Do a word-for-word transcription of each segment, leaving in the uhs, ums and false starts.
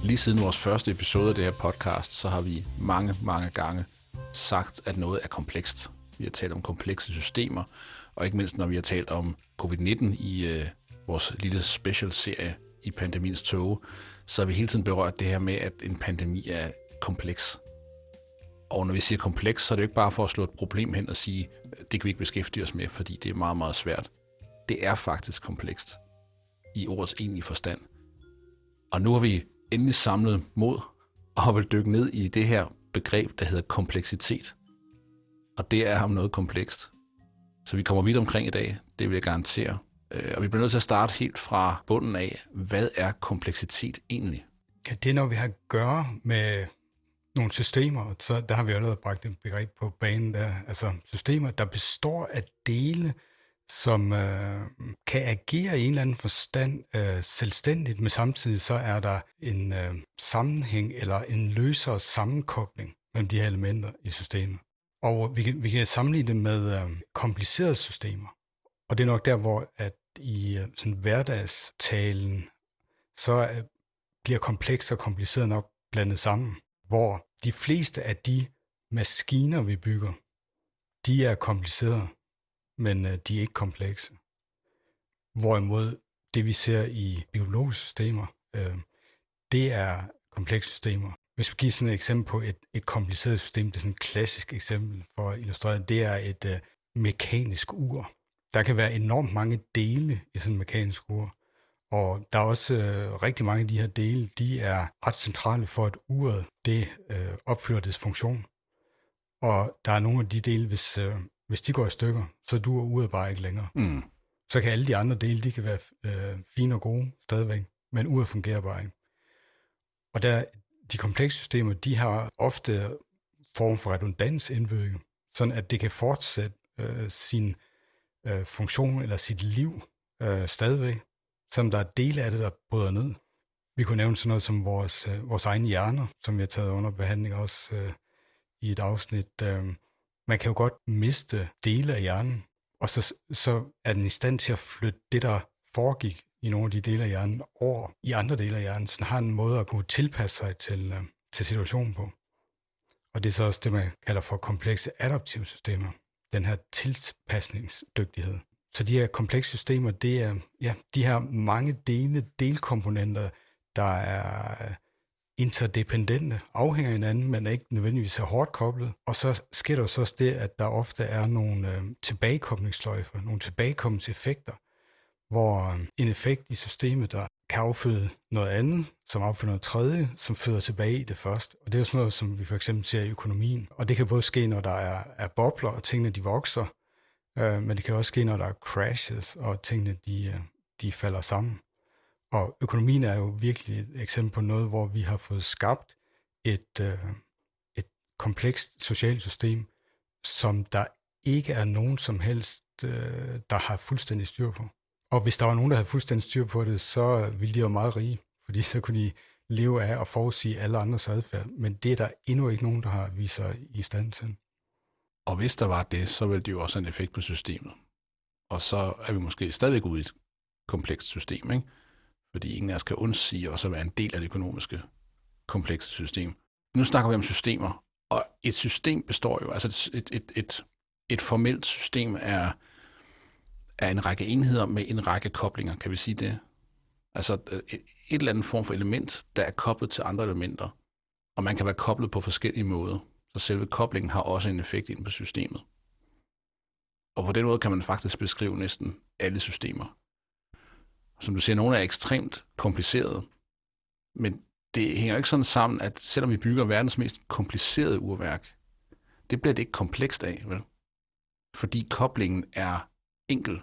Lige siden vores første episode af det her podcast, så har vi mange, mange gange sagt, at noget er komplekst. Vi har talt om komplekse systemer, og ikke mindst når vi har talt om covid nitten i øh, vores lille special-serie i pandemiens tåge, så har vi hele tiden berørt det her med, at en pandemi er kompleks. Og når vi siger kompleks, så er det jo ikke bare for at slå et problem hen og sige, det kan vi ikke beskæftige os med, fordi det er meget, meget svært. Det er faktisk komplekst i ordets egentlige forstand. Og nu har vi endelig samlet mod og vil dykke ned i det her begreb, der hedder kompleksitet. Og det er ham noget komplekst. Så vi kommer vidt omkring i dag, det vil jeg garantere. Og vi bliver nødt til at starte helt fra bunden af, hvad er kompleksitet egentlig? Ja, det er, når vi har at gøre med nogle systemer, så der har vi allerede bragt et begreb på banen der. Altså systemer, der består af dele, som øh, kan agere i en eller anden forstand øh, selvstændigt, men samtidig så er der en øh, sammenhæng eller en løsere sammenkobling mellem de her elementer i systemet. Og vi kan, vi kan sammenligne det med øh, komplicerede systemer. Og det er nok der, hvor at i øh, sådan hverdagstalen, så øh, bliver kompleks og kompliceret nok blandet sammen. Hvor de fleste af de maskiner, vi bygger, de er komplicerede, men øh, de er ikke komplekse. Hvorimod det, vi ser i biologiske systemer, øh, det er komplekse systemer. Hvis vi giver sådan et eksempel på et, et kompliceret system, det er sådan et klassisk eksempel for at illustrere, det er et øh, mekanisk ur. Der kan være enormt mange dele i sådan et mekanisk ur, og der er også øh, rigtig mange af de her dele, de er ret centrale for, at uret det øh, opfylder dets funktion. Og der er nogle af de dele, hvis, øh, hvis de går i stykker, så duer uret bare ikke længere. Mm. Så kan alle de andre dele, de kan være øh, fine og gode stadigvæk, men uret fungerer bare ikke. Og der, de komplekse systemer, de har ofte form for redundans indbygget, sådan at det kan fortsætte øh, sin øh, funktion eller sit liv øh, stadigvæk, selvom der er dele af det, der bryder ned. Vi kunne nævne sådan noget som vores, øh, vores egne hjerner, som vi har taget under behandling også øh, i et afsnit. Øh, man kan jo godt miste dele af hjernen, og så, så er den i stand til at flytte det, der foregik i nogle af de dele af hjernen, over i andre dele af hjernen, så den har en måde at kunne tilpasse sig til, øh, til situationen på. Og det er så også det, man kalder for komplekse adaptive systemer. Den her tilpasningsdygtighed. Så de her komplekse systemer, det er ja, de her mange dele, delkomponenter, der er interdependente, afhænger af hinanden, men er ikke nødvendigvis er hårdt koblet. Og så sker der jo så også det, at der ofte er nogle øh, tilbagekoblingssløjfer, nogle tilbagekoblingseffekter, hvor øh, en effekt i systemet, der kan afføde noget andet, som afføder noget tredje, som føder tilbage i det første. Og det er jo sådan noget, som vi for eksempel ser i økonomien. Og det kan både ske, når der er, er bobler, og tingene de vokser, øh, men det kan også ske, når der er crashes, og tingene de, de falder sammen. Og økonomien er jo virkelig et eksempel på noget, hvor vi har fået skabt et, øh, et komplekst socialt system, som der ikke er nogen som helst, øh, der har fuldstændig styr på. Og hvis der var nogen, der havde fuldstændig styr på det, så ville de være meget rige, fordi så kunne de leve af og forudsige alle andres adfærd. Men det er der endnu ikke nogen, der har vist sig i stand til. Og hvis der var det, så ville det jo også have en effekt på systemet. Og så er vi måske stadigvæk ude i et komplekst system, ikke? Fordi ingen af os kan undsige også at være en del af det økonomiske komplekse system. Nu snakker vi om systemer, og et system består jo, altså et, et, et, et formelt system er, er en række enheder med en række koblinger, kan vi sige det? Altså et, et eller andet form for element, der er koblet til andre elementer, og man kan være koblet på forskellige måder, så selve koblingen har også en effekt ind på systemet. Og på den måde kan man faktisk beskrive næsten alle systemer. Som du siger, nogle er ekstremt komplicerede, men det hænger ikke sådan sammen, at selvom vi bygger verdens mest komplicerede urværk, det bliver det ikke komplekst af, vel? Fordi koblingen er enkel.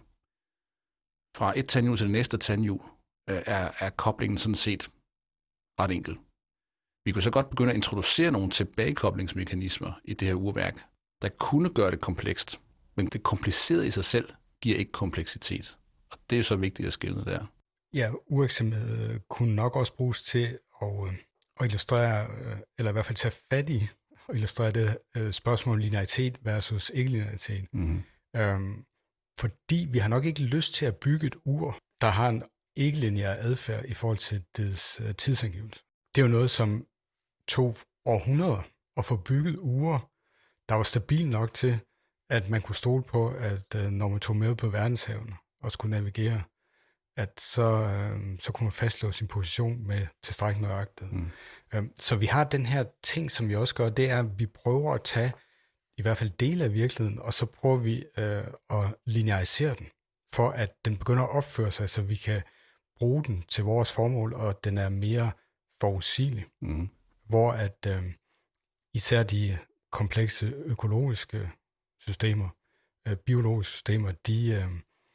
Fra et tandhjul til det næste tandhjul er, er koblingen sådan set ret enkel. Vi kunne så godt begynde at introducere nogle tilbagekoblingsmekanismer i det her urværk, der kunne gøre det komplekst, men det komplicerede i sig selv giver ikke kompleksitet. Og det er så vigtigt at skille der. Ja, ureksemplet kunne nok også bruges til at, at illustrere, eller i hvert fald tage fat i, og illustrere det spørgsmål linearitet versus ikke-linearitet. Mm-hmm. Øhm, fordi vi har nok ikke lyst til at bygge et ur, der har en ikke-lineær adfærd i forhold til dets tidsangivelse. det er jo noget, som tog århundreder at få bygget ure, der var stabil nok til, at man kunne stole på, at øh, når man tog med på verdenshavene og skulle navigere, at så, øh, så kunne man fastslå sin position med tilstrækkelig nøjagtighed. Mm. Øh, så vi har den her ting, som vi også gør, det er, at vi prøver at tage i hvert fald dele af virkeligheden, og så prøver vi øh, at linearisere den, for at den begynder at opføre sig, så vi kan bruge den til vores formål, og den er mere forudsigelig. Mm. Hvor at øh, især de komplekse økologiske systemer, øh, biologiske systemer, de, øh,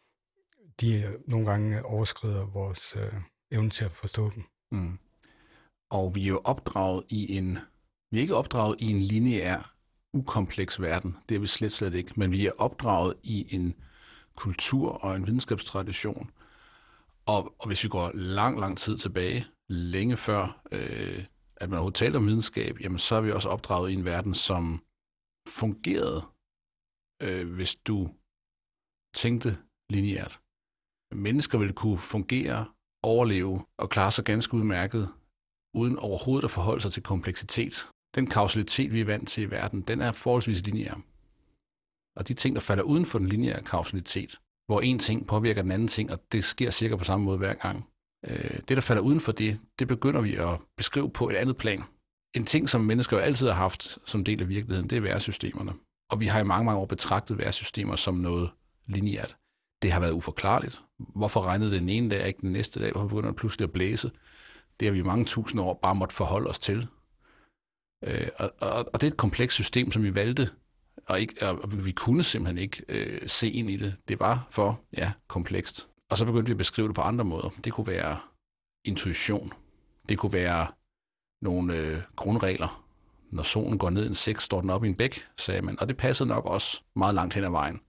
de nogle gange overskrider vores øh, evne til at forstå dem. Mm. Og vi er jo opdraget i en, vi er ikke opdraget i en lineær, ukompleks verden. Det er vi slet slet ikke. Men vi er opdraget i en kultur og en videnskabstradition. Og, og hvis vi går lang, lang tid tilbage, længe før, øh, at man overhovedet talte om videnskab, jamen så er vi også opdraget i en verden, som fungerede, øh, hvis du tænkte lineært. Mennesker ville kunne fungere, overleve og klare sig ganske udmærket, uden overhovedet at forholde sig til kompleksitet. Den kausalitet, vi er vant til i verden, den er forholdsvis lineær. Og de ting, der falder uden for den lineære kausalitet, hvor en ting påvirker den anden ting, og det sker cirka på samme måde hver gang. Det, der falder uden for det, det begynder vi at beskrive på et andet plan. En ting, som mennesker jo altid har haft som del af virkeligheden, det er vejrsystemerne. Og vi har i mange, mange år betragtet vejrsystemer som noget lineært. Det har været uforklarligt. Hvorfor regnede det den ene dag, ikke den næste dag? Hvorfor begynder det pludselig at blæse? Det har vi i mange tusind år bare måtte forholde os til. Og, og, og det er et komplekst system, som vi valgte, og, ikke, og vi kunne simpelthen ikke øh, se ind i det. Det var for, ja, komplekst. Og så begyndte vi at beskrive det på andre måder. Det kunne være intuition. Det kunne være nogle øh, grundregler. Når solen går ned en seks, står den op i en bæk, sagde man. Og det passede nok også meget langt hen ad vejen.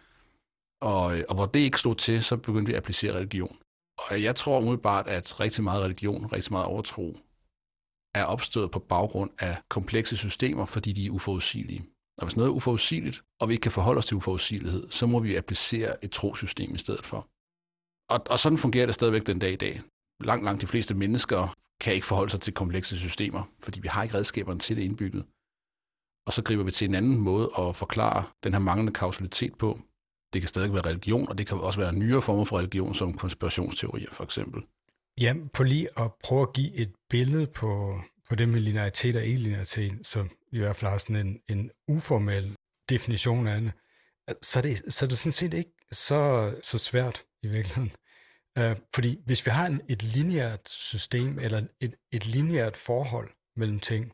Og, og hvor det ikke stod til, så begyndte vi at applicere religion. Og jeg tror umiddelbart, at rigtig meget religion, rigtig meget overtro, er opstået på baggrund af komplekse systemer, fordi de er uforudsigelige. Og hvis noget er uforudsigeligt, og vi ikke kan forholde os til uforudsigelighed, så må vi applicere et trosystem i stedet for. Og, og sådan fungerer det stadigvæk den dag i dag. Langt, langt de fleste mennesker kan ikke forholde sig til komplekse systemer, fordi vi har ikke redskaberne til det indbygget. Og så griber vi til en anden måde at forklare den her manglende kausalitet på. Det kan stadig være religion, og det kan også være nyere former for religion, som konspirationsteorier for eksempel. Ja, på lige at prøve at give et billede på, på det med linearitet og ikke-linearitet, som i hvert fald har sådan en, en uformel definition af det, så er det, så er det sådan set ikke så, så svært i virkeligheden. Uh, fordi hvis vi har en, et lineært system, eller et, et lineært forhold mellem ting,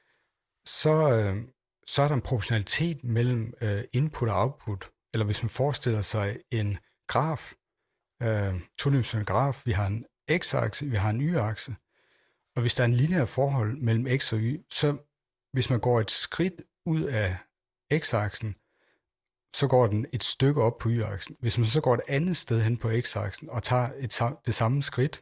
så, uh, så er der en proportionalitet mellem uh, input og output. Eller hvis man forestiller sig en graf, uh, todimensionel graf, vi har en x-akse, vi har en y-akse, og hvis der er en lineær forhold mellem x og y, så hvis man går et skridt ud af x-aksen, så går den et stykke op på y-aksen. Hvis man så går et andet sted hen på x-aksen og tager et, det samme skridt,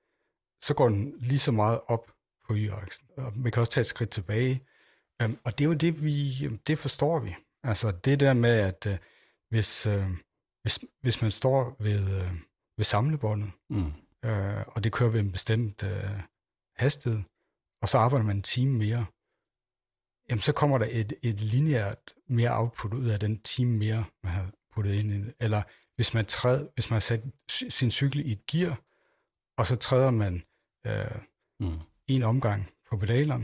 så går den lige så meget op på y-aksen. Og man kan også tage et skridt tilbage. Um, og det er jo det, vi, det forstår vi. Altså det der med, at uh, hvis, uh, hvis, hvis man står ved, uh, ved samlebåndet, mm. uh, og det kører ved en bestemt uh, hastighed, og så arbejder man en time mere, jamen så kommer der et, et lineært mere output ud af den time mere, man har puttet ind i det. Eller hvis man, træder, hvis man har sat sin cykel i et gear, og så træder man øh, mm. en omgang på pedalerne,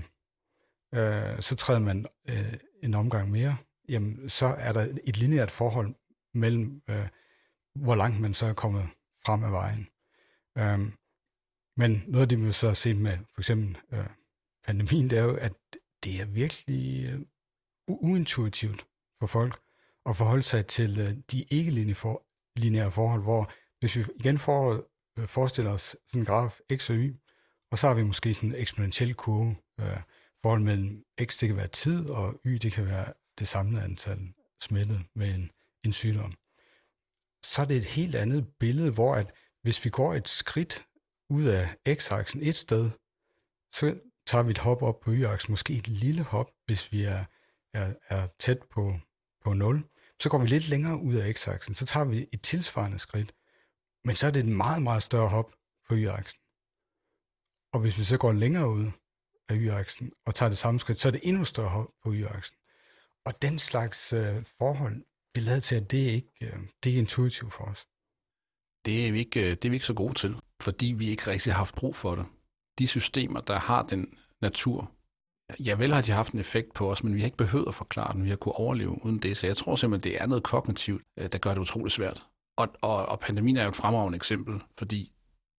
øh, så træder man øh, en omgang mere, jamen så er der et lineært forhold mellem, øh, hvor langt man så er kommet frem ad vejen. Øh, men noget af det, vi så har set med for eksempel øh, pandemien, det er jo, at det er virkelig uh, uintuitivt for folk at forholde sig til uh, de ikke-lineære forhold, hvor hvis vi igen for, uh, forestiller os sådan en graf x og y, og så har vi måske sådan en eksponentiel kurve, uh, forhold mellem x, det kan være tid, og y, det kan være det samlede antal smittet med en, en sygdom. Så er det et helt andet billede, hvor at hvis vi går et skridt ud af x-aksen et sted, så tager vi et hop op på y-aksen, måske et lille hop, hvis vi er, er, er tæt på, på nul. Så går vi lidt længere ud af x-aksen, så tager vi et tilsvarende skridt, men så er det et meget, meget større hop på y-aksen. Og hvis vi så går længere ud af y-aksen og tager det samme skridt, så er det endnu større på y-aksen. Og den slags øh, forhold vil lade til, at det ikke øh, det er intuitivt for os. Det er, vi ikke, det er vi ikke så gode til, fordi vi ikke rigtig har haft brug for det. De systemer, der har den natur, ja vel har de haft en effekt på os, men vi har ikke behøvet at forklare den. Vi har kunnet overleve uden det. Så jeg tror simpelthen, det er noget kognitivt, der gør det utroligt svært. Og, og, og pandemien er jo et fremragende eksempel, fordi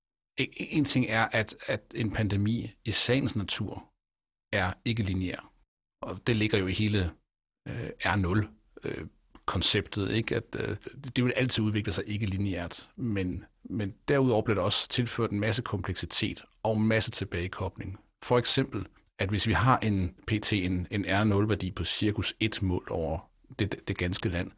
en ting er, at, at en pandemi i sagens natur er ikke lineær. Og det ligger jo i hele øh, R nul øh, konceptet, ikke? At øh, det vil altid udvikle sig ikke lineært, men, men derudover bliver der også tilført en masse kompleksitet og en masse tilbagekobling. For eksempel, at hvis vi har en P T, en, en R nul-værdi på cirkus et målt over det, det ganske land,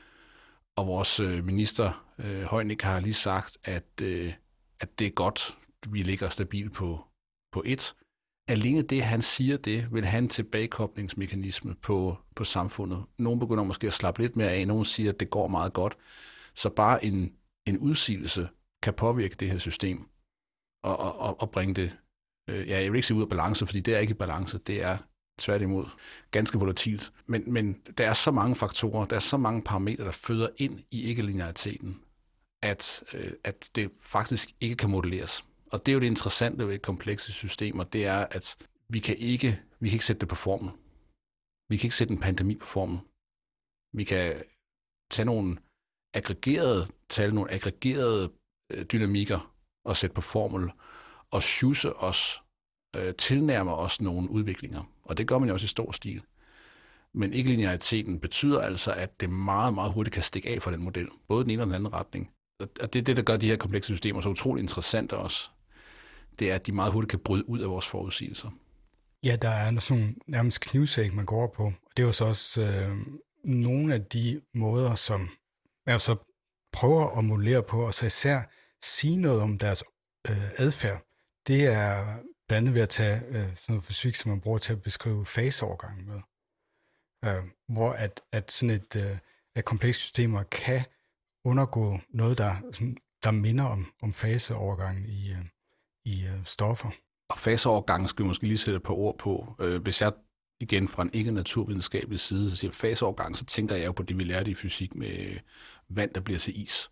og vores øh, minister øh, Højnik har lige sagt, at, øh, at det er godt, vi ligger stabilt på, på et. Alene det, han siger det, vil have en tilbagekoblingsmekanisme på, på samfundet. Nogle begynder måske at slappe lidt mere af, nogle siger, at det går meget godt. Så bare en, en udsigelse kan påvirke det her system og, og, og bringe det, øh, ja, jeg vil ikke sige ud af balance, fordi det er ikke i balance, det er tværtimod ganske volatilt. Men, men der er så mange faktorer, der er så mange parametre, der føder ind i ikke-lineariteten, at, øh, at det faktisk ikke kan modelleres. Og det er jo det interessante ved et komplekse systemer, det er, at vi kan ikke, vi kan ikke sætte det på formel. Vi kan ikke sætte en pandemi på formel. Vi kan tage nogle aggregerede tal, nogle aggregerede øh, dynamikker og sætte på formel, og sjuse os, øh, tilnærme os nogle udviklinger. Og det gør man jo også i stor stil. Men ikke-lineariteten betyder altså, at det meget, meget hurtigt kan stikke af fra den model. Både den ene og den anden retning. Og det er det, der gør de her komplekse systemer så utroligt interessante også. Det er, at de meget hurtigt kan bryde ud af vores forudsigelser. Ja, der er sådan nærmest knivsæg, man går på. Og det er jo så også øh, nogle af de måder, som jeg så prøver at modellere på, og så især sige noget om deres øh, adfærd. Det er blandt andet ved at tage øh, sådan noget fysik, som man bruger til at beskrive faseovergangen med. Øh, hvor at, at sådan et øh, at komplekse systemer kan undergå noget, der, sådan, der minder om, om faseovergangen i, øh, i øh, stoffer. Og faseovergangen skal vi måske lige sætte et par ord på. Øh, hvis jeg igen fra en ikke-naturvidenskabelig side, så siger faseovergang, så tænker jeg jo på det, vi lærte i fysik med vand, der bliver til is.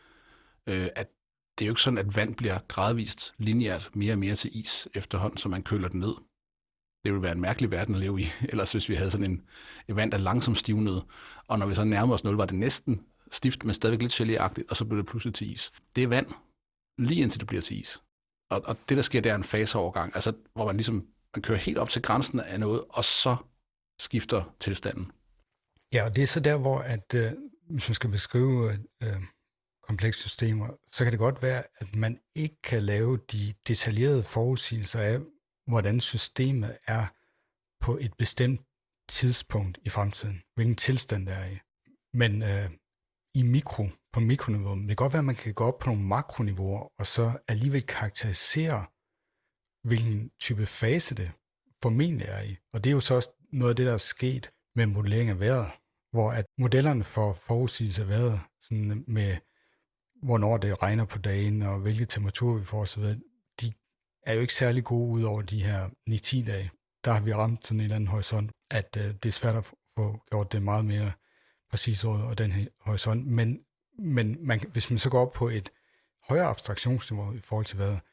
Øh, at det er jo ikke sådan, at vand bliver gradvist lineært mere og mere til is efterhånden, så man køler den ned. Det ville være en mærkelig verden at leve i, ellers hvis vi havde sådan en, en vand, der langsomt stivnede, og når vi så nærmede os nul, var det næsten stift, men stadigvæk lidt gelé-agtigt, og så blev det pludselig til is. Det er vand, lige indtil det bliver til is. Og, og det, der sker, det er en faseovergang, altså hvor man ligesom man kører helt op til grænsen af noget, og så skifter tilstanden. Ja, og det er så der, hvor at, øh, hvis man skal beskrive øh, komplekse systemer, så kan det godt være, at man ikke kan lave de detaljerede forudsigelser af, hvordan systemet er på et bestemt tidspunkt i fremtiden, hvilken tilstand det er i. Men øh, i mikro, på mikroniveau, det kan godt være, at man kan gå op på nogle makroniveauer, og så alligevel karakterisere, hvilken type fase det formentlig er i. Og det er jo så også noget af det, der er sket med modellering af vejret, hvor at modellerne for forudsigelse af vejret, sådan med hvornår det regner på dagen, og hvilke temperaturer vi får osv., de er jo ikke særlig gode ud over de her ni til ti dage. Der har vi ramt sådan en eller anden horisont, at øh, det er svært at få gjort det meget mere præcis over den her horisont. Men, men man, hvis man så går op på et højere abstraktionsniveau i forhold til vejret,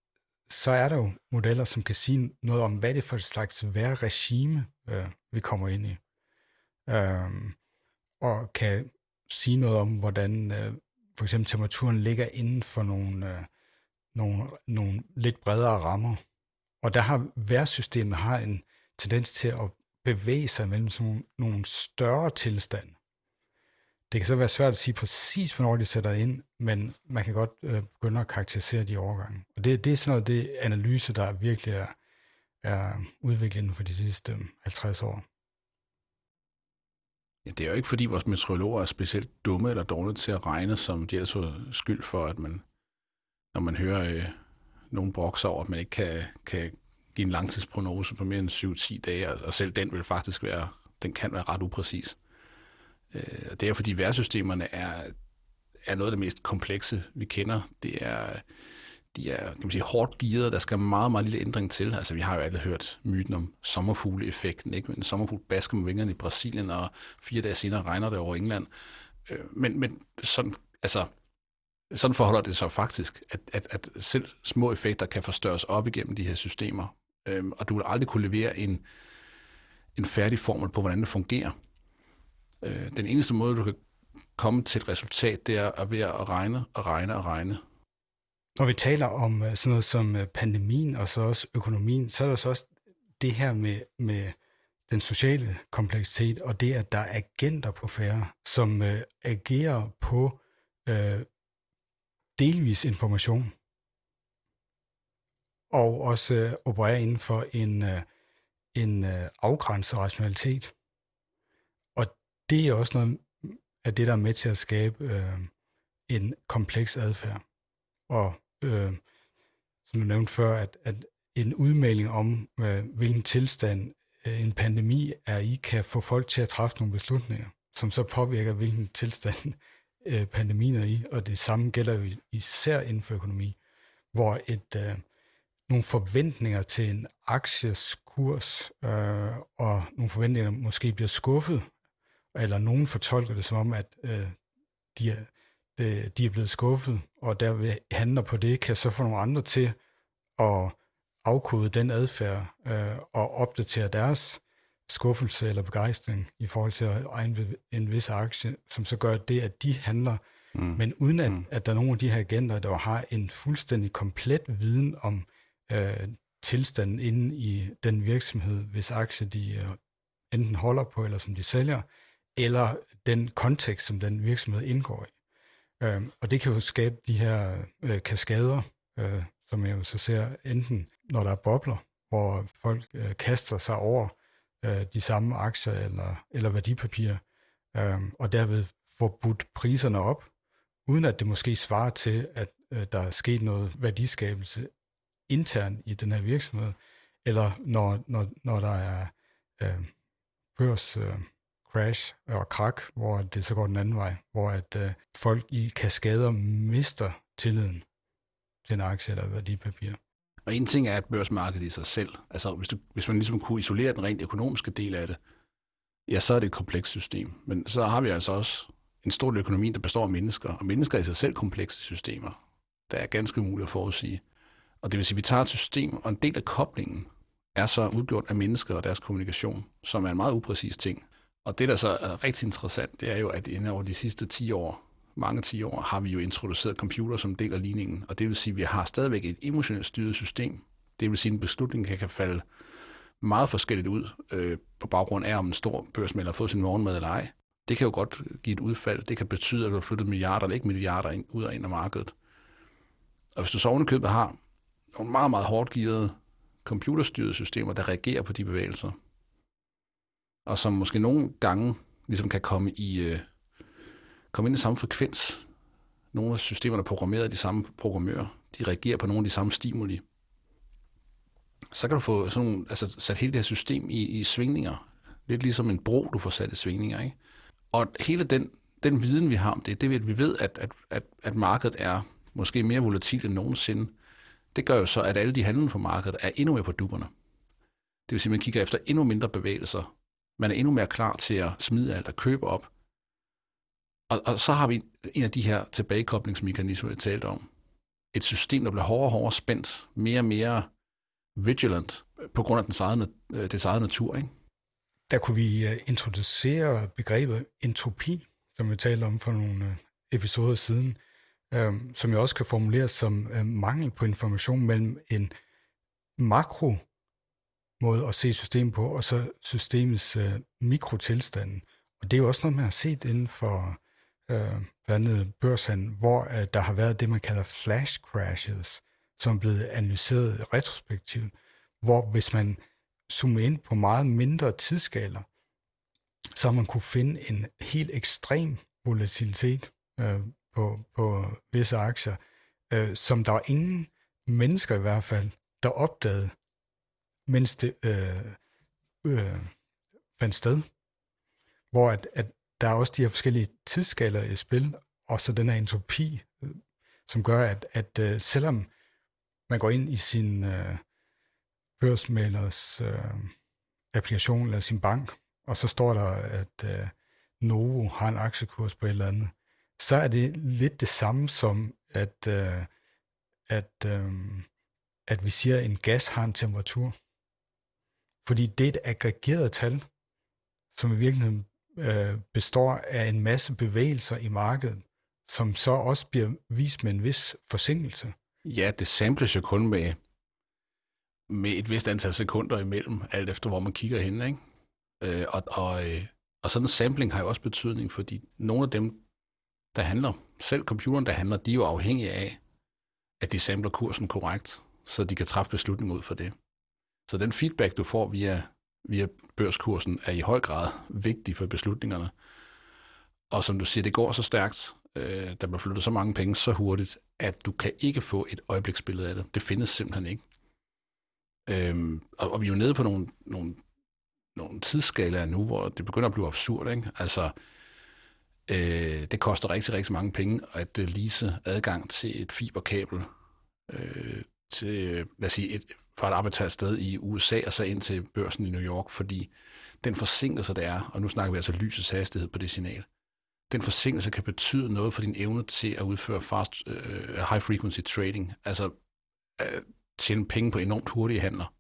så er der jo modeller, som kan sige noget om, hvad det er for et slags vejrregime, øh, vi kommer ind i. Øh, og kan sige noget om, hvordan øh, for eksempel temperaturen ligger inden for nogle, øh, nogle, nogle lidt bredere rammer. Og der har vejrsystemet har en tendens til at bevæge sig mellem sådan nogle, nogle større tilstande. Det kan så være svært at sige præcis, hvornår de sætter ind, men man kan godt øh, begynde at karakterisere de overgange. Og det, det er sådan noget, det analyse, der virkelig er, er udviklet inden for de sidste halvtreds år. Ja, det er jo ikke, fordi vores meteorologer er specielt dumme eller dårlige til at regne, som de er så skyld for, at man, når man hører øh, nogen brokser over, at man ikke kan, kan give en langtidsprognose på mere end syv til ti dage, og selv den vil faktisk være, den kan være ret upræcis. Det er fordi vejrsystemerne er, er noget af det mest komplekse, vi kender. Det er, de er, kan man sige, hårdt gearet. Der skal meget, meget lille ændring til. Altså, vi har jo alle hørt myten om sommerfugle-effekten, ikke? En sommerfugl basker med vingerne i Brasilien, og fire dage senere regner det over England. Men, men sådan, altså, sådan forholder det sig faktisk, at, at, at selv små effekter kan forstørres op igennem de her systemer. Og du vil aldrig kunne levere en, en færdig formel på, hvordan det fungerer. Den eneste måde, du kan komme til et resultat, det er ved at regne og regne og regne. Når vi taler om sådan noget som pandemien og så også økonomien, så er der så også det her med, med den sociale kompleksitet, og det, at der er agenter på færre, som øh, agerer på øh, delvis information, og også øh, opererer inden for en, øh, en øh, afgrænset rationalitet. Og det er også noget af det, der er med til at skabe øh, en kompleks adfærd. Og øh, som du nævnte før, at, at en udmelding om, øh, hvilken tilstand øh, en pandemi er i, kan få folk til at træffe nogle beslutninger, som så påvirker, hvilken tilstand øh, pandemien er i. Og det samme gælder jo især inden for økonomi, hvor et, øh, nogle forventninger til en akties kurs øh, og nogle forventninger måske bliver skuffet, eller nogen fortolker det som om, at øh, de, er, de, de er blevet skuffet, og derved handler på det, kan så få nogle andre til at afkode den adfærd øh, og opdatere deres skuffelse eller begejstring i forhold til at egne en vis aktie, som så gør det, at de handler, mm. men uden at, mm. at der er nogle af de her agenter, der har en fuldstændig komplet viden om øh, tilstanden inde i den virksomhed, hvis aktie de øh, enten holder på, eller som de sælger, eller den kontekst, som den virksomhed indgår i. Øh, og det kan jo skabe de her øh, kaskader, øh, som jeg jo så ser enten, når der er bobler, hvor folk øh, kaster sig over øh, de samme aktier eller, eller værdipapirer, øh, og derved får budt priserne op, uden at det måske svarer til, at øh, der er sket noget værdiskabelse internt i den her virksomhed, eller når, når, når der er øh, børs øh, crash og krak, hvor det så går den anden vej, hvor at øh, folk i kaskader mister tilliden til en aktie eller værdipapir. Og en ting er, at børsmarkedet i sig selv, altså hvis, du, hvis man ligesom kunne isolere den rent økonomiske del af det, ja, så er det et komplekst system. Men så har vi altså også en stor økonomi, der består af mennesker, og mennesker er i sig selv komplekse systemer, der er ganske umuligt at forudsige. Og det vil sige, at vi tager et system, og en del af koblingen er så udgjort af mennesker og deres kommunikation, som er en meget upræcis ting. Og det, der så er rigtig interessant, det er jo, at inden over de sidste ti år, mange ti år, har vi jo introduceret computer som del af ligningen, og det vil sige, at vi har stadigvæk et emotionelt styret system. Det vil sige, at en beslutning kan, kan falde meget forskelligt ud øh, på baggrund af, om en stor børsmælder har fået sin morgenmad eller ej. Det kan jo godt give et udfald. Det kan betyde, at du har flyttet milliarder eller ikke milliarder ind, ud og ind af markedet. Og hvis du så ovenikøbet har nogle meget, meget hårdt gearede computerstyrede systemer, der reagerer på de bevægelser, og som måske nogle gange ligesom kan komme i øh, komme ind i samme frekvens. Nogle af systemerne er programmeret af de samme programmører. De reagerer på nogle af de samme stimuli. Så kan du få sådan nogle, altså sat hele det her system i, i svingninger. Lidt ligesom en bro, du får sat i svingninger, ikke? Og hele den, den viden, vi har om det, det ved, at vi ved, at, at, at, at markedet er måske mere volatilt end nogensinde. Det gør jo så, at alle de handlende på markedet er endnu mere på dupperne. Det vil sige, at man kigger efter endnu mindre bevægelser. Man er endnu mere klar til at smide alt og købe op. Og, og så har vi en af de her tilbagekoblingsmekanismer, jeg talte om. Et system, der bliver hårdere og hårdere spændt, mere og mere vigilant, på grund af dens eget, dets eget natur, ikke? Der kunne vi introducere begrebet entropi, som vi talte om for nogle episoder siden, øh, som jo også kan formuleres som øh, mangel på information mellem en makro måde at se systemet på, og så systemets øh, mikrotilstanden. Og det er jo også noget, man har set inden for øh, blandt andet børshandel, hvor øh, der har været det, man kalder flash crashes, som er blevet analyseret retrospektivt, hvor hvis man zoomer ind på meget mindre tidsskaler, så har man kunne finde en helt ekstrem volatilitet øh, på, på visse aktier, øh, som der var ingen mennesker i hvert fald, der opdagede, mens det øh, øh, fandt sted. Hvor at, at der er også de her forskellige tidsskaler i spil, og så den her entropi, øh, som gør, at, at øh, selvom man går ind i sin øh, børsmælers øh, applikation eller sin bank, og så står der, at øh, Novo har en aktiekurs på et eller andet, så er det lidt det samme som, at, øh, at, øh, at vi siger, at en gas har en temperatur. Fordi det er et aggregeret tal, som i virkeligheden øh, består af en masse bevægelser i markedet, som så også bliver vist med en vis forsinkelse. Ja, det samples jo kun med, med et vist antal sekunder imellem, alt efter hvor man kigger hen, ikke? Øh, og, og, og sådan en sampling har jo også betydning, fordi nogle af dem, der handler, selv computeren, der handler, de er jo afhængige af, at de samler kursen korrekt, så de kan træffe beslutninger ud for det. Så den feedback, du får via, via børskursen, er i høj grad vigtig for beslutningerne. Og som du siger, det går så stærkt, øh, der bliver flyttet så mange penge så hurtigt, at du kan ikke få et øjebliksbillede af det. Det findes simpelthen ikke. Øhm, og, og vi er jo nede på nogle, nogle, nogle tidsskalaer nu, hvor det begynder at blive absurd, ikke? Altså, øh, det koster rigtig, rigtig mange penge at uh, lease adgang til et fiberkabel øh, til, lad os sige, et, fra et arbejdssted i U S A og så ind til børsen i New York, fordi den forsinkelse, der er, og nu snakker vi altså lysets hastighed på det signal, den forsinkelse kan betyde noget for din evne til at udføre fast, uh, high frequency trading, altså uh, tjene penge på enormt hurtige handler.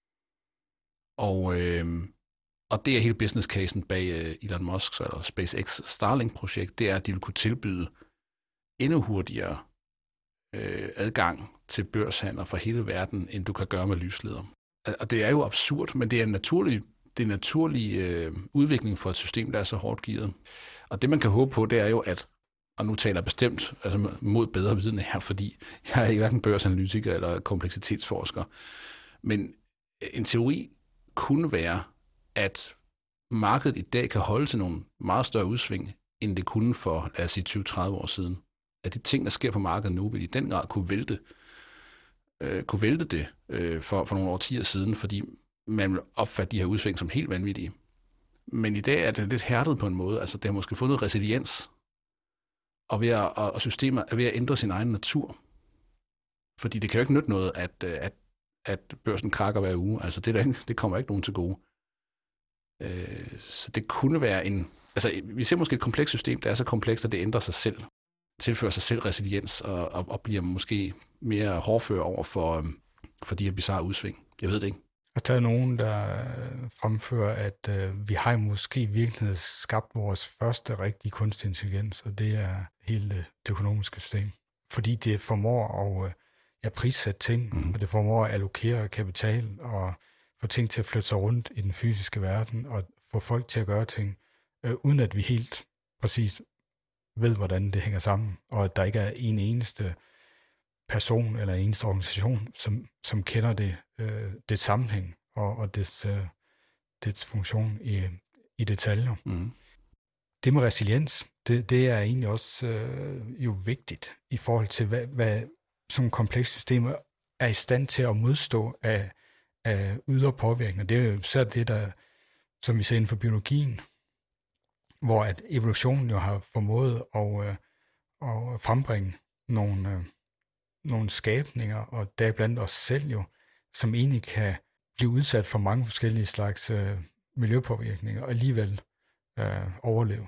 Og, øh, og det er hele business casen bag uh, Elon Musk's eller SpaceX Starlink-projekt, det er, at de vil kunne tilbyde endnu hurtigere øh, adgang til børshandler fra hele verden, end du kan gøre med lysleder. Og det er jo absurd, men det er en naturlig, det er en naturlig øh, udvikling for et system, der er så hårdt gearet. Og det, man kan håbe på, det er jo, at, og nu taler jeg bestemt altså mod bedre vidne her, fordi jeg er ikke hverken børsanalytiker eller kompleksitetsforsker, men en teori kunne være, at markedet i dag kan holde til nogle meget større udsving, end det kunne for, lad os sige, tyve til tredive år siden. At de ting, der sker på markedet nu, vil i den grad kunne vælte, øh, kunne vælte det øh, for, for nogle årtier siden, fordi man vil opfatte de her udsving som helt vanvittige. Men i dag er det lidt hærdet på en måde. Altså, det har måske fået noget resiliens, og, ved at, og systemet er ved at ændre sin egen natur. Fordi det kan jo ikke nytte noget, at, at, at børsen krakker hver uge. Altså, det, der, det kommer ikke nogen til gode. Øh, så det kunne være en... Altså, vi ser måske et komplekst system, der er så komplekst, at det ændrer sig selv. Tilfører sig selv resiliens og, og, og bliver måske mere hårdfør over for, for de her bizarre udsving. Jeg ved det ikke. Og der er nogen, der fremfører, at øh, vi har måske i virkeligheden skabt vores første rigtige kunstig intelligens, og det er hele det, det økonomiske system. Fordi det formår at øh, ja, prissætte ting, mm. og det formår at allokere kapital og få ting til at flytte sig rundt i den fysiske verden og få folk til at gøre ting, øh, uden at vi helt præcis ved, hvordan det hænger sammen, og at der ikke er en eneste person eller en eneste organisation, som, som kender det, øh, det sammenhæng og, og dets, øh, dets funktion i, i detaljer. Mm. Det med resiliens, det, det er egentlig også øh, jo vigtigt i forhold til, hvad, hvad sådan komplekse systemer er i stand til at modstå af, af ydre påvirkninger. Det er jo så det, der, som vi ser inden for biologien, hvor at evolutionen jo har formået at, øh, at frembringe nogle, øh, nogle skabninger, og deriblandt os selv jo, som egentlig kan blive udsat for mange forskellige slags øh, miljøpåvirkninger, og alligevel øh, overleve.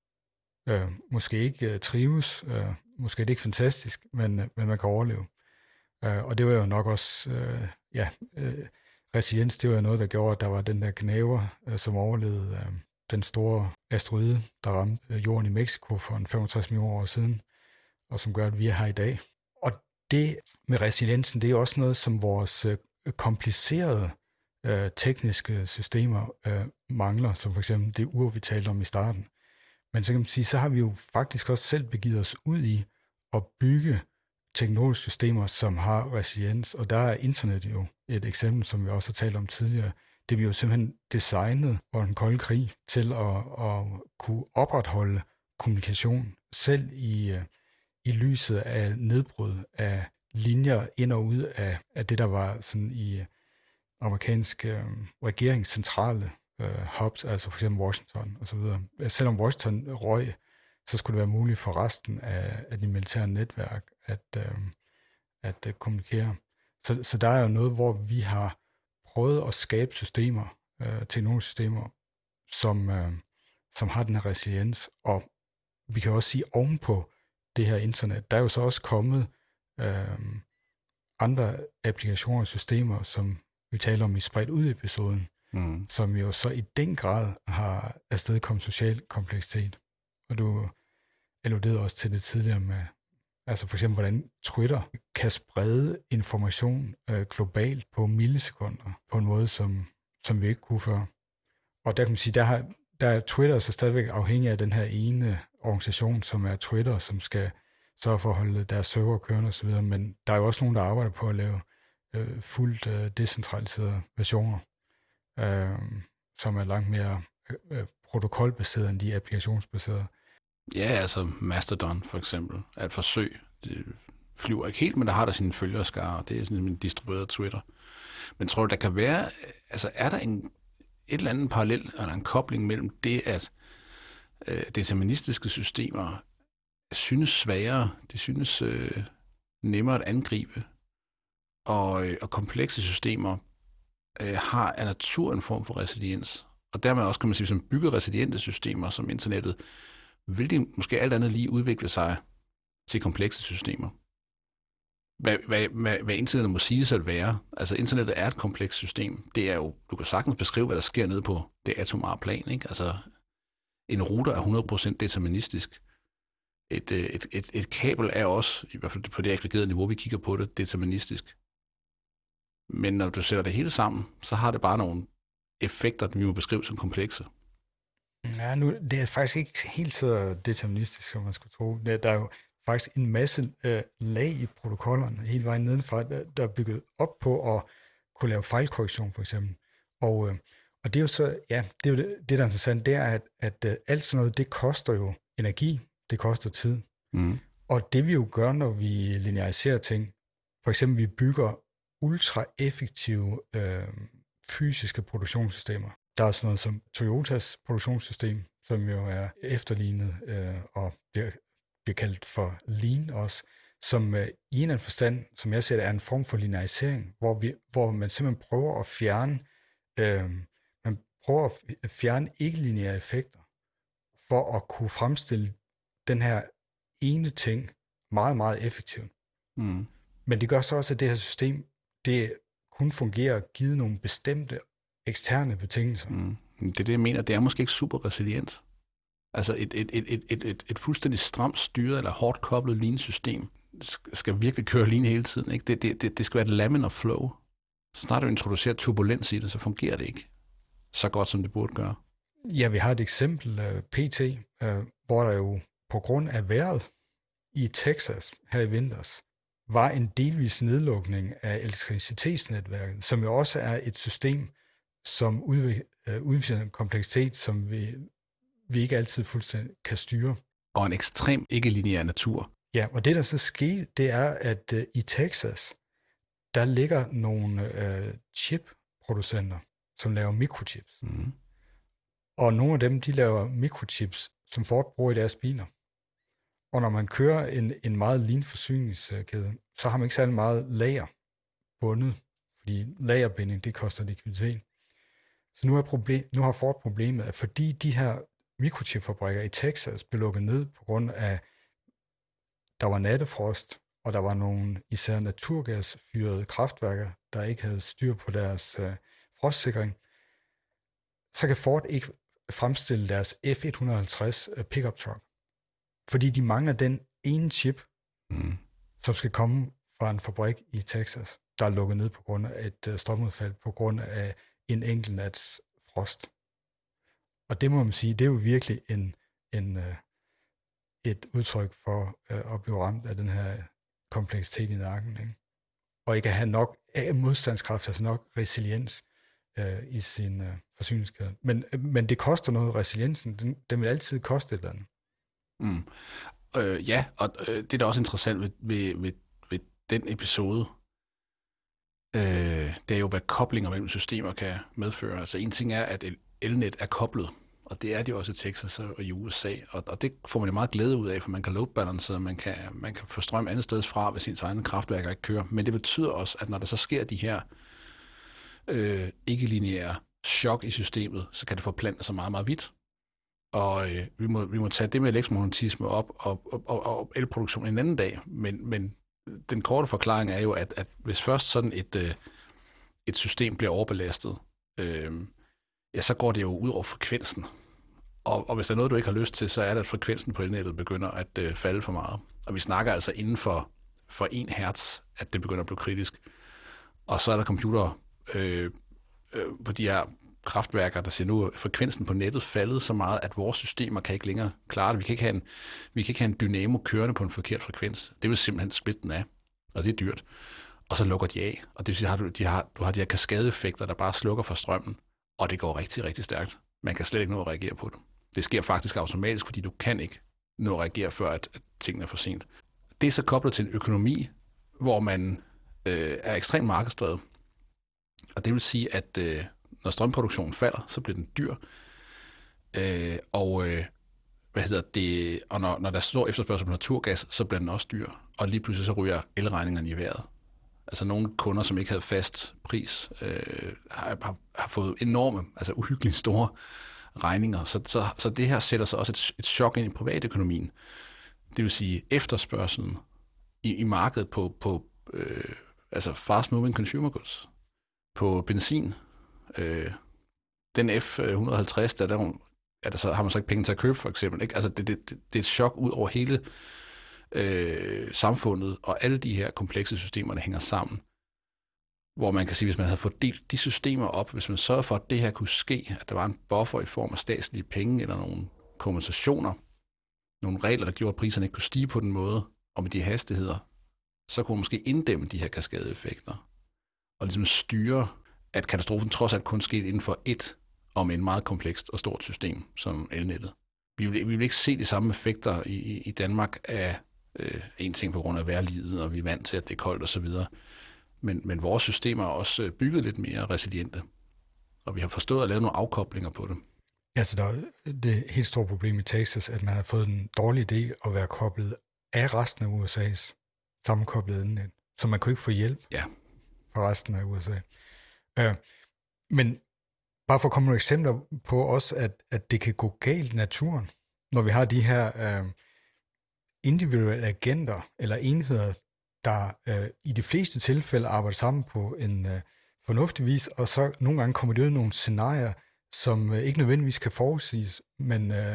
Øh, måske ikke øh, trives, øh, måske er det ikke fantastisk, men, øh, men man kan overleve. Øh, og det var jo nok også, øh, ja, øh, resiliens, det var jo noget, der gjorde, at der var den der gnaver, øh, som overlevede øh, den store asteroide, der ramte jorden i Mexico for en femogtres millioner år siden, og som gør, at vi er her i dag. Og det med resiliensen, det er også noget, som vores øh, komplicerede øh, tekniske systemer øh, mangler, som for eksempel det ur, vi talte om i starten. Men så kan man sige, så har vi jo faktisk også selv begivet os ud i at bygge teknologiske systemer, som har resiliens, og der er internet jo et eksempel, som vi også har talt om tidligere. Det vi jo simpelthen designet under den kolde krig til at, at kunne opretholde kommunikation, selv i, i lyset af nedbrud af linjer ind og ud af, af det, der var sådan i amerikansk øh, regeringscentrale øh, hubs, altså for eksempel Washington og så videre. Selvom Washington røg, så skulle det være muligt for resten af, af de militære netværk at, øh, at øh, kommunikere. Så, så der er jo noget, hvor vi har prøvet at skabe systemer, øh, teknologiske systemer, som, øh, som har den her resiliens. Og vi kan også sige, ovenpå det her internet, der er jo så også kommet øh, andre applikationer og systemer, som vi taler om i spredt ud episoden, mm. som jo så i den grad har afstedkommet social kompleksitet. Og du alluderede også til det tidligere med, altså for eksempel, hvordan Twitter kan sprede information øh, globalt på millisekunder, på en måde, som, som vi ikke kunne før. Og der kan man sige, der, har, der er Twitter så stadigvæk afhængig af den her ene organisation, som er Twitter, som skal sørge for at holde deres server kørende osv., men der er jo også nogen, der arbejder på at lave øh, fuldt øh, decentraliserede versioner, øh, som er langt mere øh, protokolbaserede end de applikationsbaserede. Ja, altså Mastodon for eksempel er et forsøg. Det flyver ikke helt, men der har der sine følgerskare, og det er sådan en distribueret Twitter. Men tror du, der kan være, altså er der en, et eller andet parallel, eller en kobling mellem det, at øh, deterministiske systemer synes sværere, det synes øh, nemmere at angribe, og, øh, og komplekse systemer øh, har af natur en form for resiliens. Og dermed også, kan man sige, som bygger resiliente systemer som internettet, vil de måske alt andet lige udvikle sig til komplekse systemer. Hvad, hvad, hvad, hvad internettet må sige sig at være. Altså internettet er et komplekst system. Det er jo, du kan sagtens beskrive, hvad der sker nede på det atomare plan, ikke? Altså en router er hundrede procent deterministisk. Et, et, et, et kabel er også, i hvert fald på det aggregerede niveau, vi kigger på det, deterministisk. Men når du sætter det hele sammen, så har det bare nogle effekter, vi må beskrive som komplekse. Ja, nu, det er faktisk ikke helt så deterministisk, som man skulle tro. Der er jo faktisk en masse øh, lag i protokollerne, hele vejen nedenfra, der, der er bygget op på at kunne lave fejlkorrektion, for eksempel. Og, øh, og det er jo så, ja, det er jo det, det der er interessant, det er, at, at øh, alt sådan noget, det koster jo energi, det koster tid. Mm. Og det vi jo gør, når vi lineariserer ting, for eksempel vi bygger ultra-effektive øh, fysiske produktionssystemer. Der er sådan noget som Toyotas produktionssystem, som jo er efterlignet øh, og bliver, bliver kaldt for lean også, som øh, i en eller anden forstand, som jeg ser det, er en form for linearisering, hvor, vi, hvor man simpelthen prøver at fjerne, øh, man prøver at fjerne ikke-lineære effekter, for at kunne fremstille den her ene ting meget, meget effektivt. Mm. Men det gør så også, at det her system, det kun fungerer givet nogle bestemte eksterne betingelser. Mm. Det er det, jeg mener. Det er måske ikke super resilient. Altså et, et, et, et, et, et, et fuldstændig stramt styret eller hårdt koblet lean-system skal virkelig køre lean hele tiden. Ikke? Det, det, det, det skal være et laminar flow. Så snart du introducerer turbulens i det, så fungerer det ikke så godt, som det burde gøre. Ja, vi har et eksempel, uh, P T, uh, hvor der jo på grund af vejret i Texas her i vinters, var en delvis nedlukning af elektricitetsnetværket, som jo også er et system, som udviser en kompleksitet, som vi, vi ikke altid fuldstændig kan styre. Og en ekstrem ikke-lineær natur. Ja, og det der så sker, det er, at uh, i Texas, der ligger nogle uh, chip-producenter, som laver mikrochips. Mm. Og nogle af dem, de laver mikrochips, som Ford bruger i deres biler. Og når man kører en, en meget lean forsyningskæde, så har man ikke særlig meget lager bundet, fordi lagerbinding, det koster likviditet. Så nu, er problem, nu har Ford problemet, at fordi de her mikrochipfabrikker i Texas blev lukket ned på grund af, der var nattefrost, og der var nogle især naturgasfyrede kraftværker, der ikke havde styr på deres øh, frostsikring, så kan Ford ikke fremstille deres F et hundrede og halvtreds pickup truck. Fordi de mangler den ene chip, mm. som skal komme fra en fabrik i Texas, der er lukket ned på grund af et strømudfald, på grund af en enkelt nats frost. Og det må man sige, det er jo virkelig en, en, et udtryk for at blive ramt af den her kompleksitet i nakken. Ikke? Og ikke at have nok modstandskraft, altså nok resiliens øh, i sin øh, forsyningskæde. Men, men det koster noget, resiliensen. Den, den vil altid koste et eller andet. Mm. Øh, ja, og øh, det er da også interessant ved, ved, ved, ved den episode, øh, det er jo, hvad koblinger mellem systemer kan medføre. Altså en ting er, at elnet er koblet, Og det er de også i Texas og i U S A, og, og det får man jo meget glæde ud af, for man kan load balance, og man kan, man kan få strøm andet sted fra, hvis ens egne kraftværker ikke kører. Men det betyder også, at når der så sker de her øh, ikke-lineære chok i systemet, så kan det forplante sig meget, meget vidt. Og øh, vi, må, vi må tage det med elektromagnetisme op og, og, og, og elproduktion en anden dag, men, men den korte forklaring er jo, at, at hvis først sådan et, øh, et system bliver overbelastet, øh, ja, så går det jo ud over frekvensen. Og, og hvis der er noget, du ikke har lyst til, så er det, at frekvensen på elnettet begynder at øh, falde for meget. Og vi snakker altså inden for, for en hertz, at det begynder at blive kritisk. Og så er der computere øh, øh, på de her kraftværker, der siger, nu er frekvensen på nettet faldet så meget, at vores systemer kan ikke længere klare det. Vi kan ikke have en, vi kan ikke have en dynamo kørende på en forkert frekvens. Det vil simpelthen splitte den af, og det er dyrt. Og så lukker de af, og det vil sige, at du, de har, du har de her kaskadeeffekter, der bare slukker for strømmen, og det går rigtig, rigtig stærkt. Man kan slet ikke nå at reagere på det. Det sker faktisk automatisk, fordi du kan ikke nå at reagere, før at, at tingene er for sent. Det er så koblet til en økonomi, hvor man øh, er ekstremt markedsdrevet. Og det vil sige, at øh, når strømproduktionen falder, så bliver den dyr. Øh, og øh, hvad hedder det? Og når, når der står efterspørgsel på naturgas, så bliver den også dyr. Og lige pludselig så ryger elregningerne i vejret. Altså nogle kunder, som ikke havde fast pris, øh, har, har, har fået enorme, altså uhyggeligt store regninger. Så, så, så det her sætter sig også et, et chok ind i privatøkonomien. Det vil sige efterspørgselen i, i markedet på, på øh, altså fast moving consumer goods, på benzin. Øh, den F et hundrede og halvtreds, der, der, er der så, har man så ikke penge til at købe, for eksempel. Ikke? Altså det, det, det, det er et chok ud over hele øh, samfundet, og alle de her komplekse systemer, der hænger sammen. Hvor man kan sige, hvis man havde fordelt de systemer op, hvis man sørgede for, at det her kunne ske, at der var en buffer i form af statslige penge, eller nogle kompensationer, nogle regler, der gjorde, at priserne ikke kunne stige på den måde, og med de hastigheder, så kunne man måske inddæmme de her kaskadeeffekter, og ligesom styre, at katastrofen trods alt kun skete inden for et, om en meget komplekst og stort system, som elnettet. Vi vil, vi vil ikke se de samme effekter i, i Danmark af øh, en ting på grund af vejrliget, og vi er vant til, at det er koldt osv., men, men vores systemer er også bygget lidt mere resiliente, og vi har forstået at lave nogle afkoblinger på det. Altså, der er det helt store problem i Texas, at man har fået en dårlig idé at være koblet af resten af U S A's sammenkoblet elnet, så man kunne ikke få hjælp ja. fra resten af U S A. Uh, men bare for at komme nogle eksempler på også, at, at det kan gå galt i naturen, når vi har de her uh, individuelle agenter eller enheder, der uh, i de fleste tilfælde arbejder sammen på en uh, fornuftig vis, og så nogle gange kommer det ud i nogle scenarier, som uh, ikke nødvendigvis kan forudsiges, men, uh,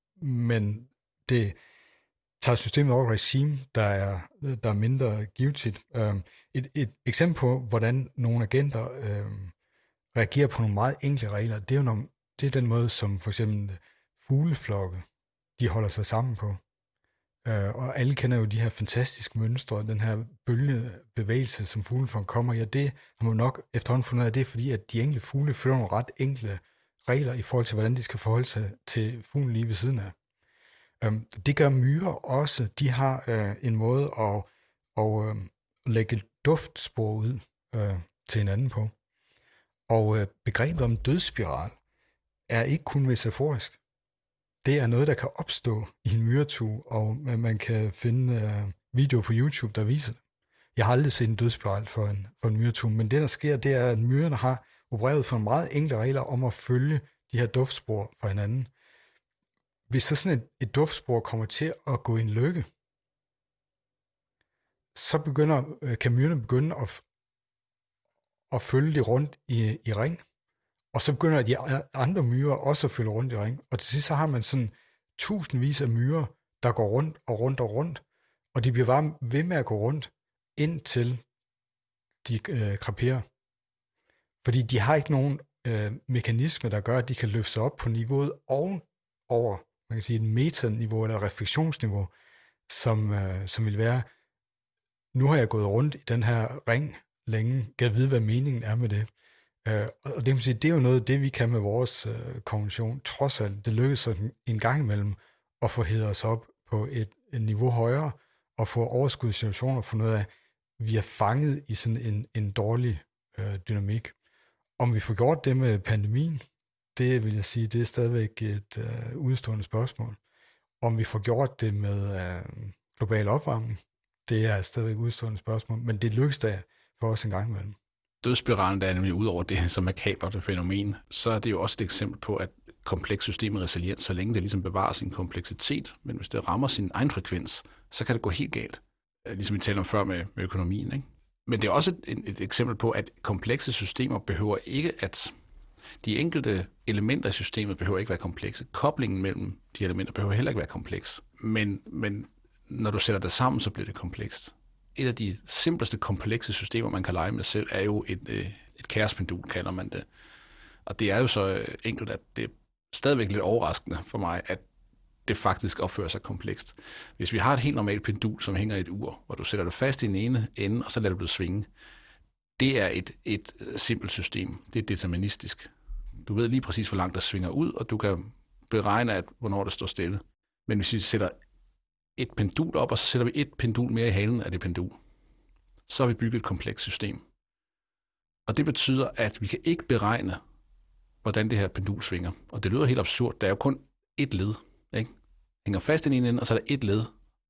men det tager systemet over et regime, der er, der er mindre givetigt. Uh, et, et eksempel på, hvordan nogle agenter uh, reagerer på nogle meget enkle regler, det er jo nogle, det er den måde, som for eksempel fugleflokke, de holder sig sammen på. Uh, og alle kender jo de her fantastiske mønstre, den her bølgende bevægelse, som fugleflokken kommer i, og det har man nok efterhånden fundet ud af, det er fordi, at de enkelte fugle følger nogle ret enkle regler i forhold til, hvordan de skal forholde sig til fuglen lige ved siden af. Um, det gør myrer også. De har uh, en måde at, at uh, lægge duftspor ud uh, til hinanden på. Og uh, begrebet om dødsspiral er ikke kun metaforisk. Det er noget, der kan opstå i en myretue, og man kan finde uh, videoer på YouTube, der viser det. Jeg har aldrig set en dødsspiral for en, for en myretue, men det, der sker, det er, at myrerne har opereret for meget enkle regler om at følge de her duftspor fra hinanden. Hvis så sådan et, et duftspor kommer til at gå i en løkke, så begynder, kan myrerne begynde at, at følge det rundt i, i ring, og så begynder de andre myrer også at følge rundt i ring, og til sidst så har man sådan tusindvis af myrer, der går rundt og rundt og rundt, og de bliver bare ved med at gå rundt, indtil de øh, kraperer. Fordi de har ikke nogen øh, mekanisme, der gør, at de kan løfte sig op på niveauet oven over, man kan sige, et metaniveau eller refleksionsniveau, som, øh, som vil være, nu har jeg gået rundt i den her ring længe, kan jeg vide, hvad meningen er med det. Øh, og det, kan sige, det er jo noget af det, vi kan med vores øh, konvention. Trods alt, det lykkes en, en gang imellem at få hædet os op på et, et niveau højere, og få overskudssituationer og få noget af, vi er fanget i sådan en, en dårlig øh, dynamik. Om vi får gjort det med pandemien, det vil jeg sige, det er stadigvæk et øh, udstående spørgsmål. Om vi får gjort det med øh, global opvarmning, det er stadigvæk et udstående spørgsmål, men det lykkes da for os en gang imellem. Dødsspiralen, der er nemlig ud over det, som er kabert fænomen, så er det jo også et eksempel på, at kompleks system er resilient, så længe det ligesom bevarer sin kompleksitet, men hvis det rammer sin egen frekvens, så kan det gå helt galt. Ligesom vi talte om før med, med økonomien, ikke? Men det er også et, et eksempel på, at komplekse systemer behøver ikke at... De enkelte elementer i systemet behøver ikke være komplekse. Koblingen mellem de elementer behøver heller ikke være kompleks. Men, men når du sætter det sammen, så bliver det komplekst. Et af de simpleste komplekse systemer, man kan lege med selv, er jo et, et kaospendul, kalder man det. Og det er jo så enkelt, at det er stadigvæk lidt overraskende for mig, at det faktisk opfører sig komplekst. Hvis vi har et helt normalt pendul, som hænger i et ur, hvor du sætter det fast i den ene ende, og så lader det blive svinge, det er et, et simpelt system. Det er deterministisk. Du ved lige præcis, hvor langt der svinger ud, og du kan beregne, at, hvornår det står stille. Men hvis vi sætter et pendul op, og så sætter vi et pendul mere i halen af det pendul, så har vi bygget et komplekst system. Og det betyder, at vi kan ikke beregne, hvordan det her pendul svinger. Og det lyder helt absurd. Der er jo kun et led. Ikke? Hænger fast i den ene ende, og så er der et led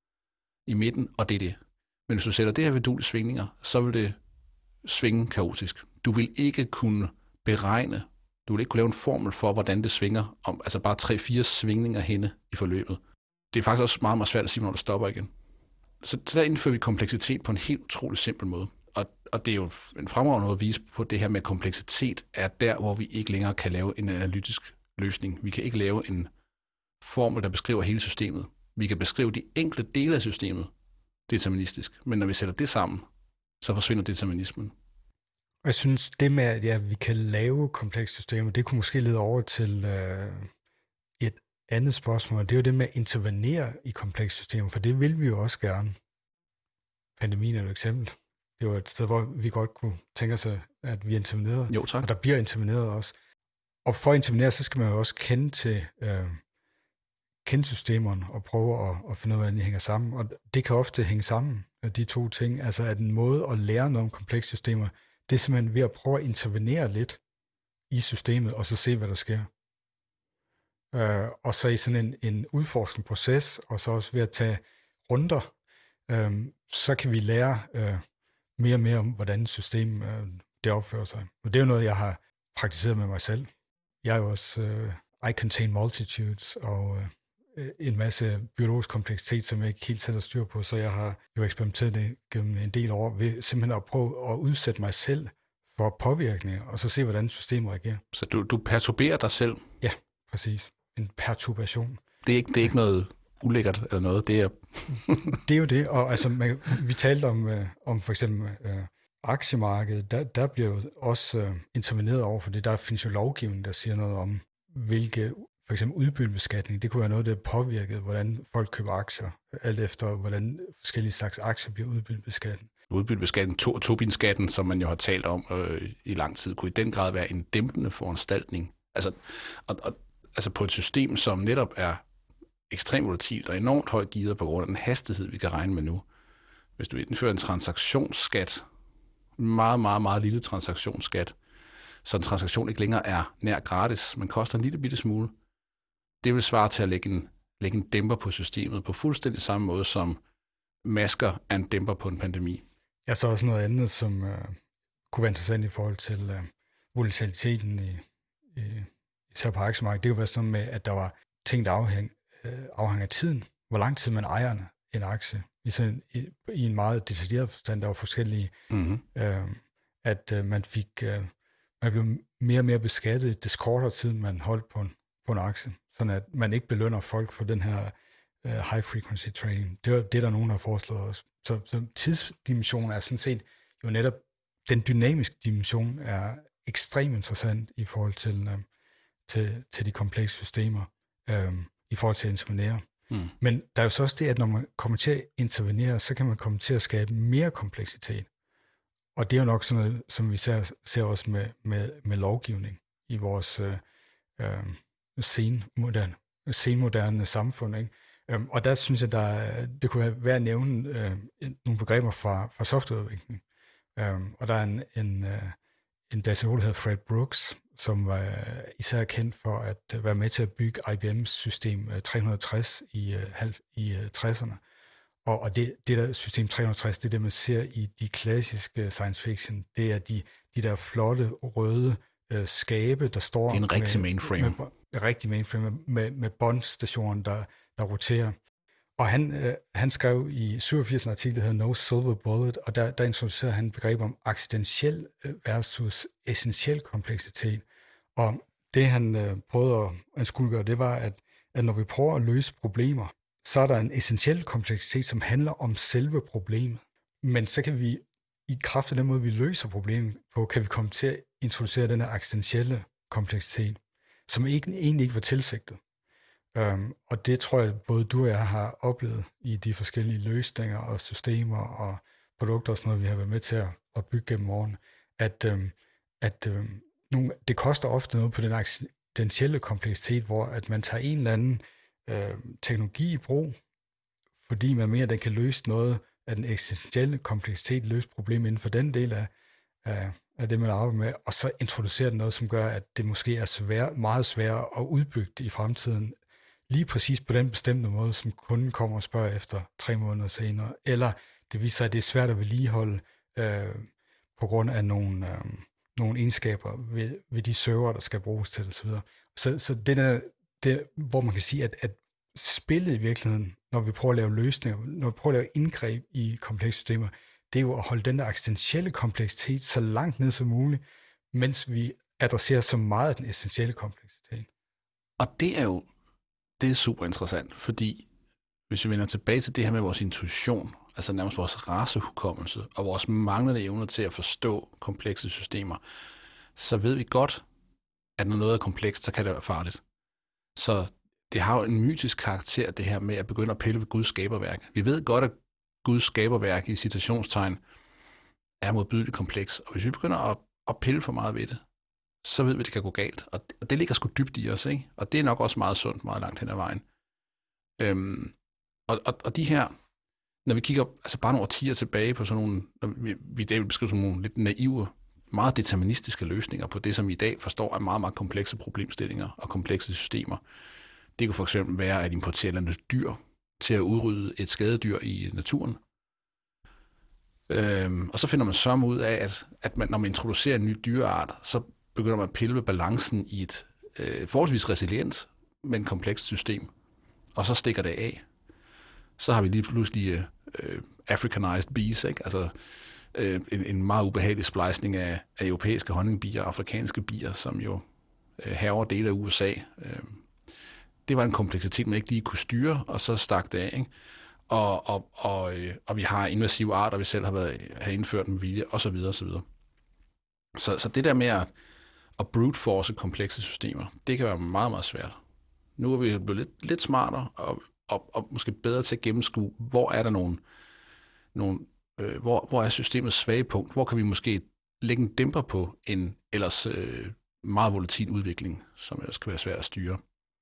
i midten, og det er det. Men hvis du sætter det her pendul i svingninger, så vil det svinge kaotisk. Du vil ikke kunne beregne, du vil ikke kunne lave en formel for, hvordan det svinger, om altså bare tre-fire svingninger henne i forløbet. Det er faktisk også meget, meget svært at sige, når det stopper igen. Så der indfører vi kompleksitet på en helt utrolig simpel måde. Og, og det er jo en fremragende måde at vise på, det her med kompleksitet er der, hvor vi ikke længere kan lave en analytisk løsning. Vi kan ikke lave en formel, der beskriver hele systemet. Vi kan beskrive de enkelte dele af systemet deterministisk, men når vi sætter det sammen, så forsvinder determinismen. Jeg synes, det med, at ja, vi kan lave komplekse systemer, det kunne måske lede over til øh, et andet spørgsmål. Det er jo det med at intervenere i komplekse systemer, for det vil vi jo også gerne. Pandemien er et eksempel. Det var et sted, hvor vi godt kunne tænke os, at vi intervenerede. Jo, tak. Og der bliver interveneret også. Og for at intervenere, så skal man jo også kende til øh, kende systemerne og prøve at, at finde ud af, hvordan de hænger sammen. Og det kan ofte hænge sammen, de to ting. Altså at en måde at lære noget om komplekse systemer, det er simpelthen ved at prøve at intervenere lidt i systemet, og så se, hvad der sker. Øh, og så i sådan en, en udforskende proces, og så også ved at tage runder, øh, så kan vi lære øh, mere og mere om, hvordan et system øh, det opfører sig. Og det er jo noget, jeg har praktiseret med mig selv. Jeg er jo også øh, I contain multitudes, og øh, en masse biologisk kompleksitet, som jeg ikke helt sætter styr på, så jeg har jo eksperimenteret det gennem en del år, ved simpelthen at prøve at udsætte mig selv for påvirkninger, og så se, hvordan systemet reagerer. Så du, du perturberer dig selv? Ja, præcis. En perturbation. Det er ikke, det er ikke noget ulækkert eller noget, det er... det er jo det, og altså, man, vi talte om, øh, om for eksempel øh, aktiemarkedet, der, der bliver jo også øh, interveneret over for det. Der findes jo lovgivning, der siger noget om, hvilke for eksempel udbyttebeskatning, det kunne være noget, der påvirkede, hvordan folk køber aktier, alt efter, hvordan forskellige slags aktier bliver udbyttebeskattet. Udbyttebeskatning, to, Tobin-skatten, som man jo har talt om øh, i lang tid, kunne i den grad være en dæmpende foranstaltning. Altså, og, og, altså på et system, som netop er ekstremt volatilt og enormt højt gearet på grund af den hastighed, vi kan regne med nu. Hvis du indfører en transaktionsskat, en meget, meget, meget lille transaktionsskat, så en transaktion ikke længere er nær gratis, men koster en lille bitte smule, det vil svare til at lægge en, lægge en dæmper på systemet på fuldstændig samme måde, som masker er en dæmper på en pandemi. Ja, så også noget andet, som uh, kunne være interessant i forhold til uh, volatiliteten i, i, især på aktiemarkedet. Det kunne være sådan noget med, at der var ting, der afhæng, uh, afhænger af tiden. Hvor lang tid man ejer en aktie. I, sådan, i, i en meget detaljeret forstand, der var forskellige. Mm-hmm. Uh, at uh, man fik... Uh, man blev mere og mere beskattet, des kortere tid, man holdt på en, på en aktie. Sådan at man ikke belønner folk for den her uh, high frequency trading. Det er det, der nogen har foreslået også. Så, så tidsdimensionen er sådan set jo netop, den dynamiske dimension er ekstremt interessant i forhold til, uh, til, til de komplekse systemer, um, i forhold til at intervenere. Mm. Men der er jo så også det, at når man kommer til at intervenere, så kan man komme til at skabe mere kompleksitet. Og det er jo nok sådan noget, som vi ser, ser også med, med, med lovgivning i vores øh, øh, senmoderne, senmoderne samfund. Ikke? Øhm, og der synes jeg, der, det kunne være værd at nævne øh, nogle begreber fra, fra softwareudvikling. Øhm, og der er en, en, øh, en datalogi, der hedder Fred Brooks, som var især kendt for at være med til at bygge I B M's system tre hundrede og tres i, i tresserne. Og, og det, det der system tre hundrede og tres, det er det, man ser i de klassiske science fiction. Det er de, de der flotte, røde øh, skabe, der står... Det er en rigtig med, mainframe. Med, med, rigtig mainframe, med, med båndstationen, der, der roterer. Og han, øh, han skrev i syvogfirs en artikel, der hedder No Silver Bullet, og der, der introducerede han begreb om accidentiel versus essentiel kompleksitet. Og det han øh, prøvede at anskueliggøre, det var, at, at når vi prøver at løse problemer, så er der en essentiel kompleksitet, som handler om selve problemet. Men så kan vi, i kraft af den måde, vi løser problemet på, kan vi komme til at introducere den her accidentielle kompleksitet, som ikke, egentlig ikke var tilsigtet. Um, og det tror jeg, både du og jeg har oplevet i de forskellige løsninger og systemer og produkter og sådan noget, vi har været med til at, at bygge gennem årene, at, um, at um, nogle, det koster ofte noget på den accidentielle kompleksitet, hvor at man tager en eller anden uh, teknologi i brug, fordi man mener, at den kan løse noget af den eksistentielle kompleksitet, løse problemet inden for den del af, af, af det, man arbejder med, og så introducerer den noget, som gør, at det måske er svær, meget sværere at udbygge det i fremtiden, lige præcis på den bestemte måde, som kunden kommer og spørger efter tre måneder senere. Eller det viser sig, at det er svært at vedligeholde øh, på grund af nogle, øh, nogle egenskaber ved, ved de server, der skal bruges til det osv. Så, så det der, det, hvor man kan sige, at, at spillet i virkeligheden, når vi prøver at lave løsninger, når vi prøver at lave indgreb i komplekse systemer, det er jo at holde den der eksistentielle kompleksitet så langt ned som muligt, mens vi adresserer så meget af den essentielle kompleksitet. Og det er jo det er super interessant, fordi hvis vi vender tilbage til det her med vores intuition, altså nærmest vores racehukommelse og vores manglende evne til at forstå komplekse systemer, så ved vi godt, at når noget er komplekst, så kan det være farligt. Så det har jo en mytisk karakter, det her med at begynde at pille ved Guds skaberværk. Vi ved godt, at Guds skaberværk i citationstegn er modbydeligt kompleks, og hvis vi begynder at, at pille for meget ved det, så ved vi, at det kan gå galt. Og det ligger sgu dybt i os, ikke? Og det er nok også meget sundt, meget langt hen ad vejen. Øhm, og, og, og de her, når vi kigger altså bare nogle årtier tilbage på sådan nogle, vi, vi i dag vil beskrive som nogle lidt naive, meget deterministiske løsninger på det, som vi i dag forstår er meget, meget komplekse problemstillinger og komplekse systemer. Det kunne for eksempel være at importere et dyr til at udrydde et skadedyr i naturen. Øhm, og så finder man så ud af, at, at man, når man introducerer en ny dyreart, så begynder man at pille ved balancen i et øh, forholdsvis resilient, men komplekst system. Og så stikker det af. Så har vi lige pludselig øh, Africanized bees, ikke? Altså øh, en, en meget ubehagelig splejsning af, af europæiske honningbier og afrikanske bier, som jo øh, hærger dele af U S A. Øh, det var en kompleksitet, man ikke lige kunne styre, og så stak det af, ikke? Og, og, og, øh, og vi har invasive arter, vi selv har, været, har indført med vilje, og så videre, og så videre. Så, så det der med at og brute force komplekse systemer, det kan være meget, meget svært. Nu er vi blevet lidt, lidt smartere og, og, og måske bedre til at gennemskue, hvor er der nogle, nogle øh, hvor, hvor er systemets svage punkt, hvor kan vi måske lægge en dæmper på en ellers øh, meget volatil udvikling, som ellers kan være svært at styre.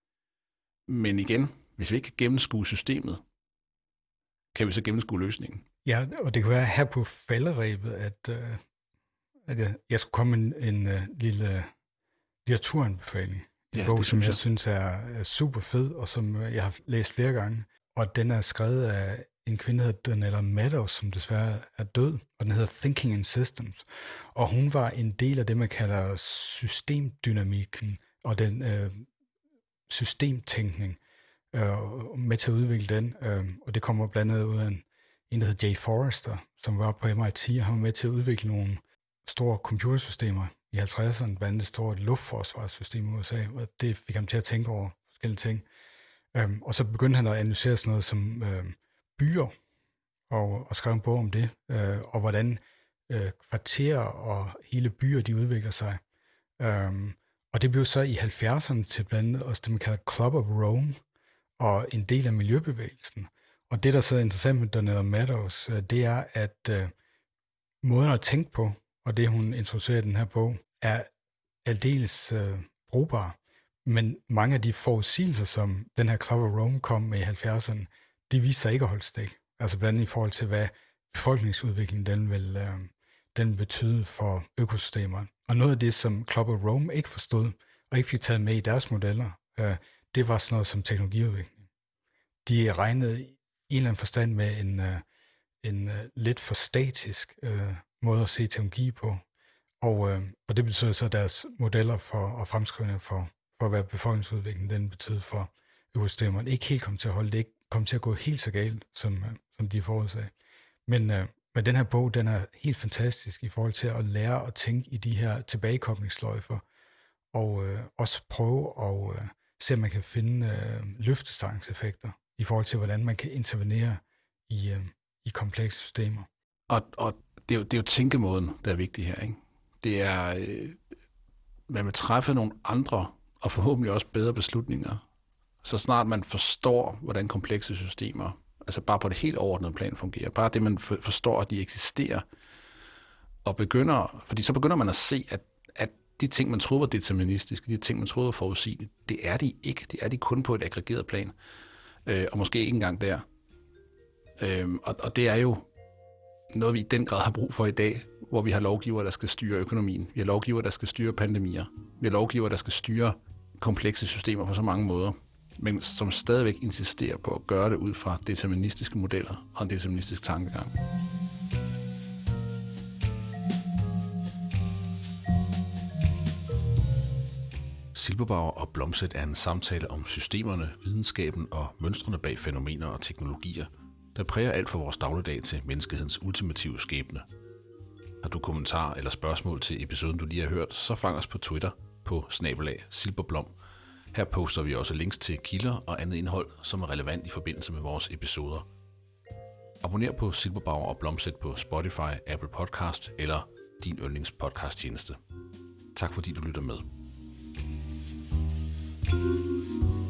Men igen, hvis vi ikke kan gennemskue systemet, kan vi så gennemskue løsningen. Ja, og det kan være her på falderebet, at øh at jeg, jeg skulle komme med en, en uh, lille litteraturanbefaling. En ja, bog, som jeg, jeg synes er, er super fed, og som jeg har læst flere gange. Og den er skrevet af en kvinde, der hedder Donella Meadows, som desværre er død, og den hedder Thinking in Systems. Og hun var en del af det, man kalder systemdynamikken, og den øh, systemtænkning, øh, med til at udvikle den. Øh, og det kommer blandt andet ud af en, en, der hedder Jay Forrester, som var på M I T, og han var med til at udvikle nogle store computersystemer i halvtredserne, blandt andet et stort luftforsvarssystem i U S A, og det fik ham til at tænke over forskellige ting. Øhm, og så begyndte han at analysere sådan noget som øh, byer, og, og skrev en bog om det, øh, og hvordan øh, kvarterer og hele byer, de udvikler sig. Øhm, og det blev så i halvfjerdserne til blandt andet også det, man kalder Club of Rome, og en del af miljøbevægelsen. Og det, der så er interessant med Donella Meadows, øh, det er, at øh, måden at tænke på, og det, hun introducerer i den her bog, er aldeles øh, brugbar. Men mange af de forudsigelser, som den her Club of Rome kom med i halvfjerdserne, de viser sig ikke at holde stik. Altså blandt andet i forhold til, hvad befolkningsudviklingen den vil, øh, den betyde for økosystemer. Og noget af det, som Club of Rome ikke forstod, og ikke fik taget med i deres modeller, øh, det var sådan noget som teknologiudvikling. De regnede i en eller anden forstand med en, øh, en øh, lidt for statisk øh, måde at se teknologi på. Og, øh, og det betyder så, at deres modeller for, og fremskrivninger for, for at være befolkningsudvikling, den betyder for økosystemerne, ikke helt kom til at holde det, ikke kom til at gå helt så galt, som, øh, som de forudsagde. Men, øh, men den her bog, den er helt fantastisk i forhold til at lære at tænke i de her tilbagekoblingssløjfer, og øh, også prøve at øh, se, om man kan finde øh, løftestangseffekter i forhold til, hvordan man kan intervenere i, øh, i komplekse systemer. Og, og det, er jo, det er jo tænkemåden, der er vigtig her, ikke? Det er, øh, man vil træffe nogle andre og forhåbentlig også bedre beslutninger, så snart man forstår, hvordan komplekse systemer, altså bare på det helt overordnede plan fungerer, bare det, man forstår, at de eksisterer, og begynder, fordi så begynder man at se, at, at de ting, man troede var deterministiske, de ting, man troede var forudsigelige, det er de ikke. Det er de kun på et aggregeret plan, øh, og måske ikke engang der. Øh, og, og det er jo noget, vi i den grad har brug for i dag, hvor vi har lovgiver, der skal styre økonomien. Vi har lovgiver, der skal styre pandemier. Vi har lovgiver, der skal styre komplekse systemer på så mange måder, men som stadigvæk insisterer på at gøre det ud fra deterministiske modeller og en deterministisk tankegang. Silberbauer og Blomstedt er en samtale om systemerne, videnskaben og mønstrene bag fænomener og teknologier, der præger alt fra vores dagligdag til menneskehedens ultimative skæbne. Har du kommentarer eller spørgsmål til episoden, du lige har hørt, så fang os på Twitter på snabelag silberblom. Her poster vi også links til kilder og andet indhold, som er relevant i forbindelse med vores episoder. Abonner på Silberbauer og Blomstedt på Spotify, Apple Podcast eller din yndlingspodcast-tjeneste. Tak fordi du lytter med.